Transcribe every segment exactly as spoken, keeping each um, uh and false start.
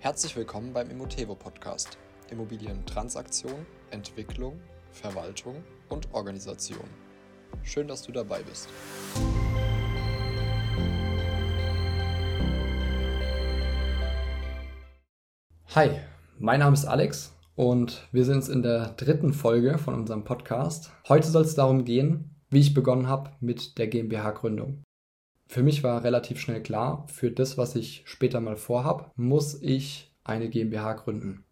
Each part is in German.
Herzlich willkommen beim Immotevo Podcast. Immobilientransaktion, Entwicklung, Verwaltung und Organisation. Schön, dass du dabei bist. Hi, mein Name ist Alex und wir sind in der dritten Folge von unserem Podcast. Heute soll es darum gehen, wie ich begonnen habe mit der GmbH-Gründung. Für mich war relativ schnell klar, für das, was ich später mal vorhab, muss ich eine GmbH gründen.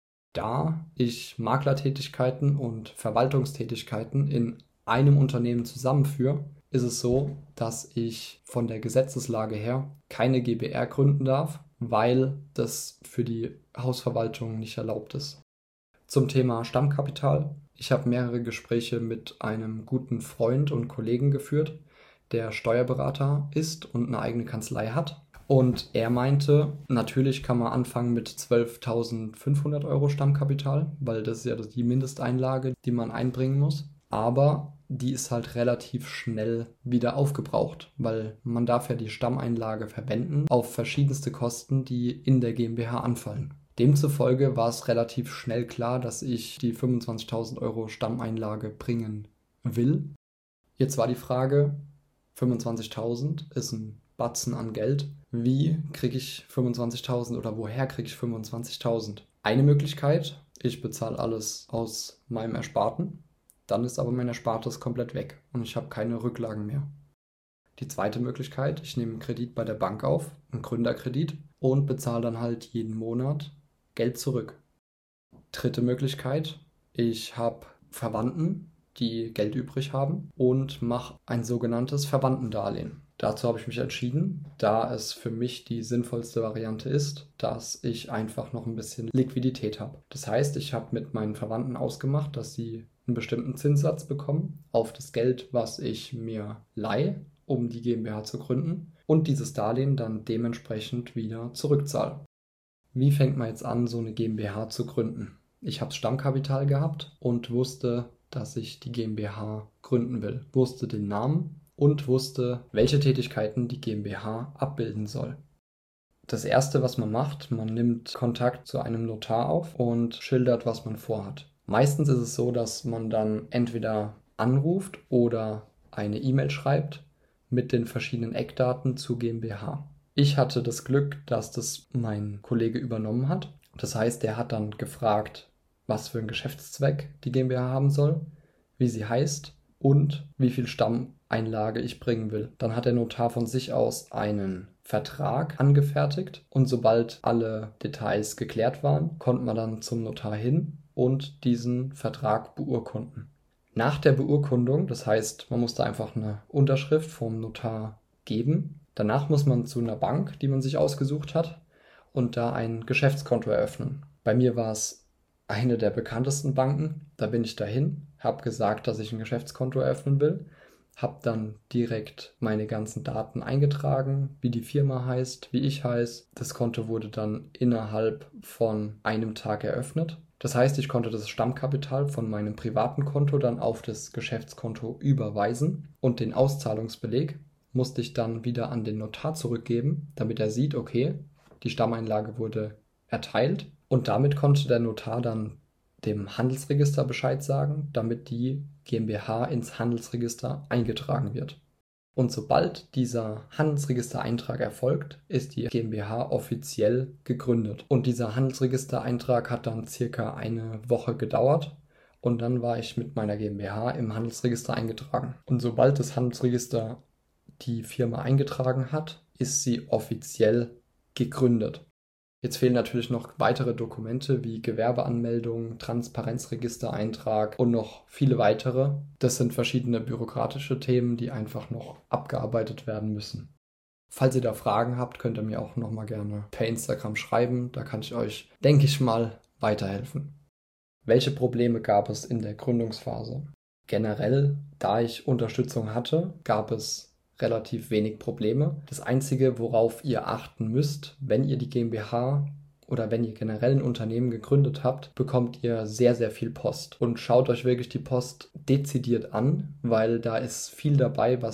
Da ich Maklertätigkeiten und Verwaltungstätigkeiten in einem Unternehmen zusammenführe, ist es so, dass ich von der Gesetzeslage her keine GbR gründen darf, weil das für die Hausverwaltung nicht erlaubt ist. Zum Thema Stammkapital. Ich habe mehrere Gespräche mit einem guten Freund und Kollegen geführt, der Steuerberater ist und eine eigene Kanzlei hat. Und er meinte, natürlich kann man anfangen mit zwölftausendfünfhundert Euro Stammkapital, weil das ist ja die Mindesteinlage, die man einbringen muss. Aber die ist halt relativ schnell wieder aufgebraucht, weil man darf ja die Stammeinlage verwenden auf verschiedenste Kosten, die in der GmbH anfallen. Demzufolge war es relativ schnell klar, dass ich die fünfundzwanzigtausend Euro Stammeinlage bringen will. Jetzt war die Frage, fünfundzwanzigtausend ist ein Batzen an Geld. Wie kriege ich fünfundzwanzigtausend oder woher kriege ich fünfundzwanzigtausend? Eine Möglichkeit, ich bezahle alles aus meinem Ersparten, dann ist aber mein Erspartes komplett weg und ich habe keine Rücklagen mehr. Die zweite Möglichkeit, ich nehme einen Kredit bei der Bank auf, einen Gründerkredit und bezahle dann halt jeden Monat Geld zurück. Dritte Möglichkeit, ich habe Verwandten, die Geld übrig haben und mache ein sogenanntes Verwandtendarlehen. Dazu habe ich mich entschieden, da es für mich die sinnvollste Variante ist, dass ich einfach noch ein bisschen Liquidität habe. Das heißt, ich habe mit meinen Verwandten ausgemacht, dass sie einen bestimmten Zinssatz bekommen auf das Geld, was ich mir leihe, um die GmbH zu gründen und dieses Darlehen dann dementsprechend wieder zurückzahle. Wie fängt man jetzt an, so eine GmbH zu gründen? Ich habe Stammkapital gehabt und wusste, dass ich die GmbH gründen will. Wusste den Namen und wusste, welche Tätigkeiten die GmbH abbilden soll. Das erste, was man macht, man nimmt Kontakt zu einem Notar auf und schildert, was man vorhat. Meistens ist es so, dass man dann entweder anruft oder eine E-Mail schreibt mit den verschiedenen Eckdaten zur GmbH. Ich hatte das Glück, dass das mein Kollege übernommen hat. Das heißt, der hat dann gefragt, was für einen Geschäftszweck die GmbH haben soll, wie sie heißt und wie viel Stammeinlage ich bringen will. Dann hat der Notar von sich aus einen Vertrag angefertigt und sobald alle Details geklärt waren, konnte man dann zum Notar hin und diesen Vertrag beurkunden. Nach der Beurkundung, das heißt, man musste einfach eine Unterschrift vom Notar geben. Danach muss man zu einer Bank, die man sich ausgesucht hat, und da ein Geschäftskonto eröffnen. Bei mir war es eine der bekanntesten Banken. Da bin ich dahin, habe gesagt, dass ich ein Geschäftskonto eröffnen will, habe dann direkt meine ganzen Daten eingetragen, wie die Firma heißt, wie ich heiße. Das Konto wurde dann innerhalb von einem Tag eröffnet. Das heißt, ich konnte das Stammkapital von meinem privaten Konto dann auf das Geschäftskonto überweisen und den Auszahlungsbeleg musste ich dann wieder an den Notar zurückgeben, damit er sieht, okay, die Stammeinlage wurde erteilt. Und damit konnte der Notar dann dem Handelsregister Bescheid sagen, damit die GmbH ins Handelsregister eingetragen wird. Und sobald dieser Handelsregistereintrag erfolgt, ist die GmbH offiziell gegründet. Und dieser Handelsregistereintrag hat dann circa eine Woche gedauert und dann war ich mit meiner GmbH im Handelsregister eingetragen. Und sobald das Handelsregister die Firma eingetragen hat, ist sie offiziell gegründet. Jetzt fehlen natürlich noch weitere Dokumente wie Gewerbeanmeldung, Transparenzregistereintrag und noch viele weitere. Das sind verschiedene bürokratische Themen, die einfach noch abgearbeitet werden müssen. Falls ihr da Fragen habt, könnt ihr mir auch noch mal gerne per Instagram schreiben. Da kann ich euch, denke ich mal, weiterhelfen. Welche Probleme gab es in der Gründungsphase? Generell, da ich Unterstützung hatte, gab es relativ wenig Probleme. Das Einzige, worauf ihr achten müsst, wenn ihr die GmbH oder wenn ihr generell ein Unternehmen gegründet habt, bekommt ihr sehr, sehr viel Post. Und schaut euch wirklich die Post dezidiert an, weil da ist viel dabei, was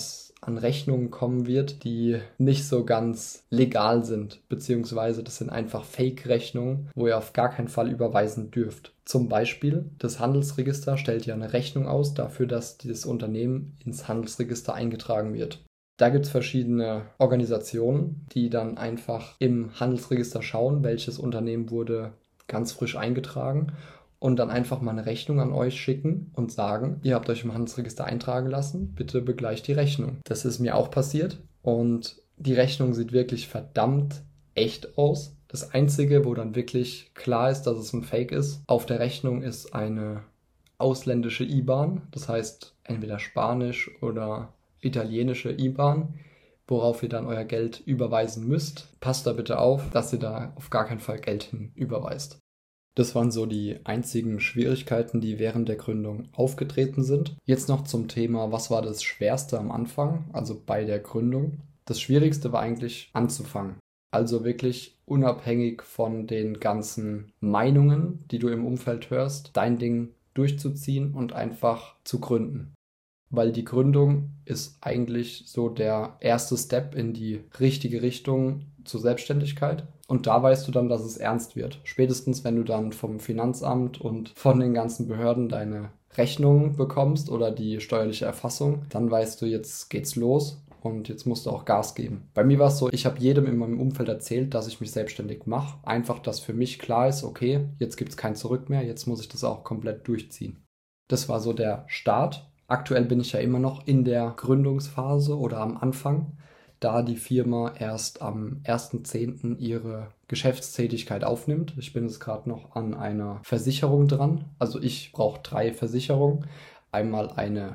an Rechnungen kommen wird, die nicht so ganz legal sind, beziehungsweise das sind einfach Fake-Rechnungen, wo ihr auf gar keinen Fall überweisen dürft. Zum Beispiel, das Handelsregister stellt ja eine Rechnung aus dafür, dass dieses Unternehmen ins Handelsregister eingetragen wird. Da gibt es verschiedene Organisationen, die dann einfach im Handelsregister schauen, welches Unternehmen wurde ganz frisch eingetragen und dann einfach mal eine Rechnung an euch schicken und sagen, ihr habt euch im Handelsregister eintragen lassen, bitte begleicht die Rechnung. Das ist mir auch passiert und die Rechnung sieht wirklich verdammt echt aus. Das Einzige, wo dann wirklich klar ist, dass es ein Fake ist, auf der Rechnung ist eine ausländische I B A N, das heißt entweder Spanisch oder italienische I B A N, worauf ihr dann euer Geld überweisen müsst. Passt da bitte auf, dass ihr da auf gar keinen Fall Geld hin überweist. Das waren so die einzigen Schwierigkeiten, die während der Gründung aufgetreten sind. Jetzt noch zum Thema, was war das Schwerste am Anfang, also bei der Gründung. Das Schwierigste war eigentlich anzufangen. Also wirklich unabhängig von den ganzen Meinungen, die du im Umfeld hörst, dein Ding durchzuziehen und einfach zu gründen. Weil die Gründung ist eigentlich so der erste Step in die richtige Richtung zur Selbstständigkeit. Und da weißt du dann, dass es ernst wird. Spätestens, wenn du dann vom Finanzamt und von den ganzen Behörden deine Rechnung bekommst oder die steuerliche Erfassung, dann weißt du, jetzt geht's los und jetzt musst du auch Gas geben. Bei mir war es so, ich habe jedem in meinem Umfeld erzählt, dass ich mich selbstständig mache. Einfach, dass für mich klar ist, okay, jetzt gibt es kein Zurück mehr, jetzt muss ich das auch komplett durchziehen. Das war so der Start. Aktuell bin ich ja immer noch in der Gründungsphase oder am Anfang, da die Firma erst am ersten zehnten ihre Geschäftstätigkeit aufnimmt. Ich bin jetzt gerade noch an einer Versicherung dran. Also ich brauche drei Versicherungen. Einmal eine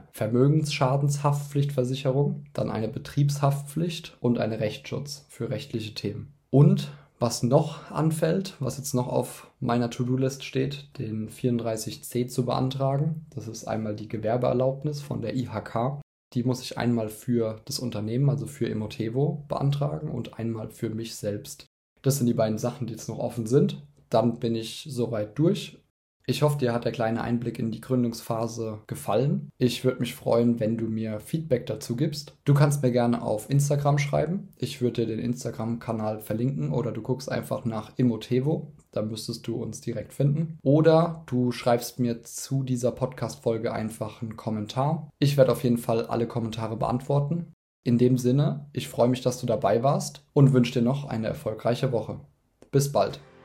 Vermögensschadenshaftpflichtversicherung, dann eine Betriebshaftpflicht und eine Rechtsschutz für rechtliche Themen. Und was noch anfällt, was jetzt noch auf meiner To-Do-List steht, den vierunddreißig c zu beantragen. Das ist einmal die Gewerbeerlaubnis von der I H K. Die muss ich einmal für das Unternehmen, also für Emotevo, beantragen und einmal für mich selbst. Das sind die beiden Sachen, die jetzt noch offen sind. Dann bin ich soweit durch. Ich hoffe, dir hat der kleine Einblick in die Gründungsphase gefallen. Ich würde mich freuen, wenn du mir Feedback dazu gibst. Du kannst mir gerne auf Instagram schreiben. Ich würde dir den Instagram-Kanal verlinken oder du guckst einfach nach Emotevo. Da müsstest du uns direkt finden. Oder du schreibst mir zu dieser Podcast-Folge einfach einen Kommentar. Ich werde auf jeden Fall alle Kommentare beantworten. In dem Sinne, ich freue mich, dass du dabei warst und wünsche dir noch eine erfolgreiche Woche. Bis bald.